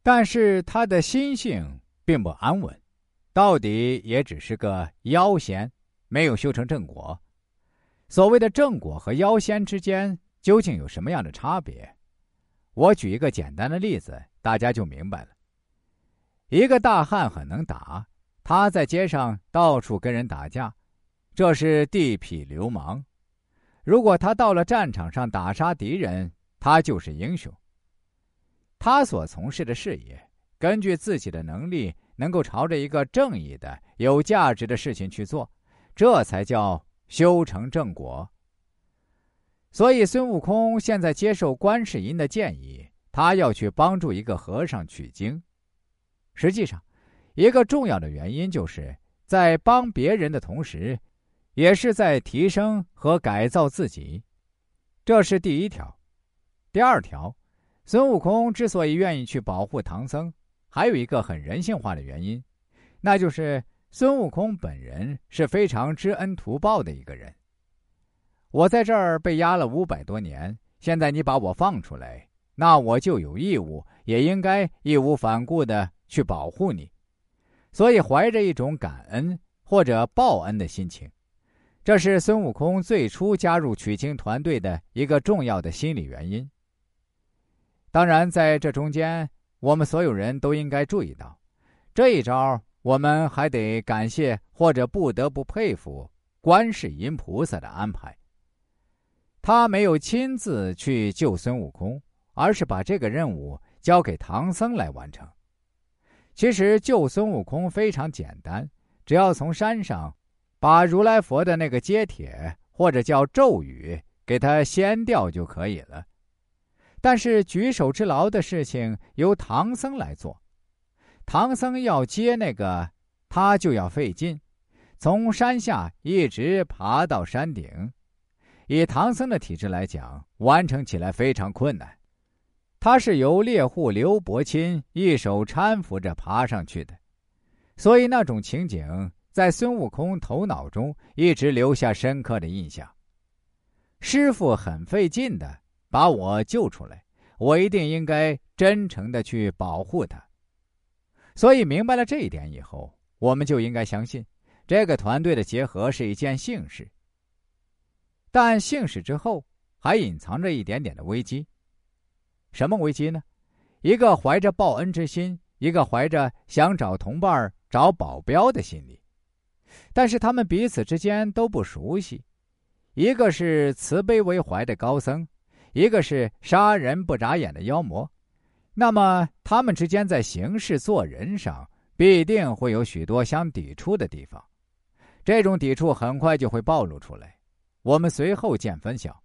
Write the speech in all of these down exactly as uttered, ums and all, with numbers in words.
但是他的心性并不安稳，到底也只是个妖仙，没有修成正果。所谓的正果和妖仙之间究竟有什么样的差别？我举一个简单的例子，大家就明白了。一个大汉很能打，他在街上到处跟人打架，这是地痞流氓。如果他到了战场上打杀敌人，他就是英雄。他所从事的事业，根据自己的能力，能够朝着一个正义的、有价值的事情去做，这才叫修成正果。所以孙悟空现在接受观世音的建议，他要去帮助一个和尚取经。实际上，一个重要的原因就是在帮别人的同时，也是在提升和改造自己。这是第一条。第二条，孙悟空之所以愿意去保护唐僧，还有一个很人性化的原因，那就是孙悟空本人是非常知恩图报的一个人。我在这儿被压了五百多年，现在你把我放出来，那我就有义务，也应该义无反顾的去保护你。所以怀着一种感恩或者报恩的心情，这是孙悟空最初加入取经团队的一个重要的心理原因。当然，在这中间，我们所有人都应该注意到，这一招我们还得感谢或者不得不佩服观世音菩萨的安排。他没有亲自去救孙悟空，而是把这个任务交给唐僧来完成。其实救孙悟空非常简单，只要从山上把如来佛的那个接帖或者叫咒语给他掀掉就可以了。但是举手之劳的事情由唐僧来做，唐僧要接那个，他就要费劲，从山下一直爬到山顶。以唐僧的体质来讲，完成起来非常困难。他是由猎户刘伯钦一手搀扶着爬上去的，所以那种情景在孙悟空头脑中一直留下深刻的印象。师父很费劲的把我救出来，我一定应该真诚的去保护他。所以明白了这一点以后，我们就应该相信这个团队的结合是一件幸事。但幸事之后还隐藏着一点点的危机。什么危机呢？一个怀着报恩之心，一个怀着想找同伴找保镖的心理，但是他们彼此之间都不熟悉。一个是慈悲为怀的高僧，一个是杀人不眨眼的妖魔，那么他们之间在行事做人上必定会有许多相抵触的地方，这种抵触很快就会暴露出来。我们随后见分晓。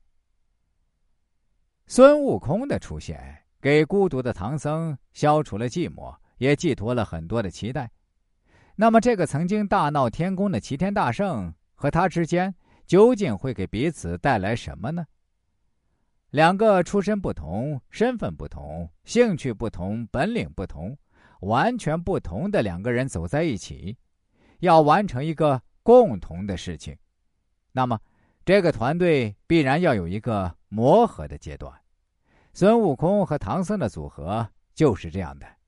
孙悟空的出现给孤独的唐僧消除了寂寞，也寄托了很多的期待。那么这个曾经大闹天宫的齐天大圣和他之间究竟会给彼此带来什么呢？两个出身不同、身份不同、兴趣不同、本领不同、完全不同的两个人走在一起，要完成一个共同的事情，那么这个团队必然要有一个磨合的阶段。孙悟空和唐僧的组合就是这样的。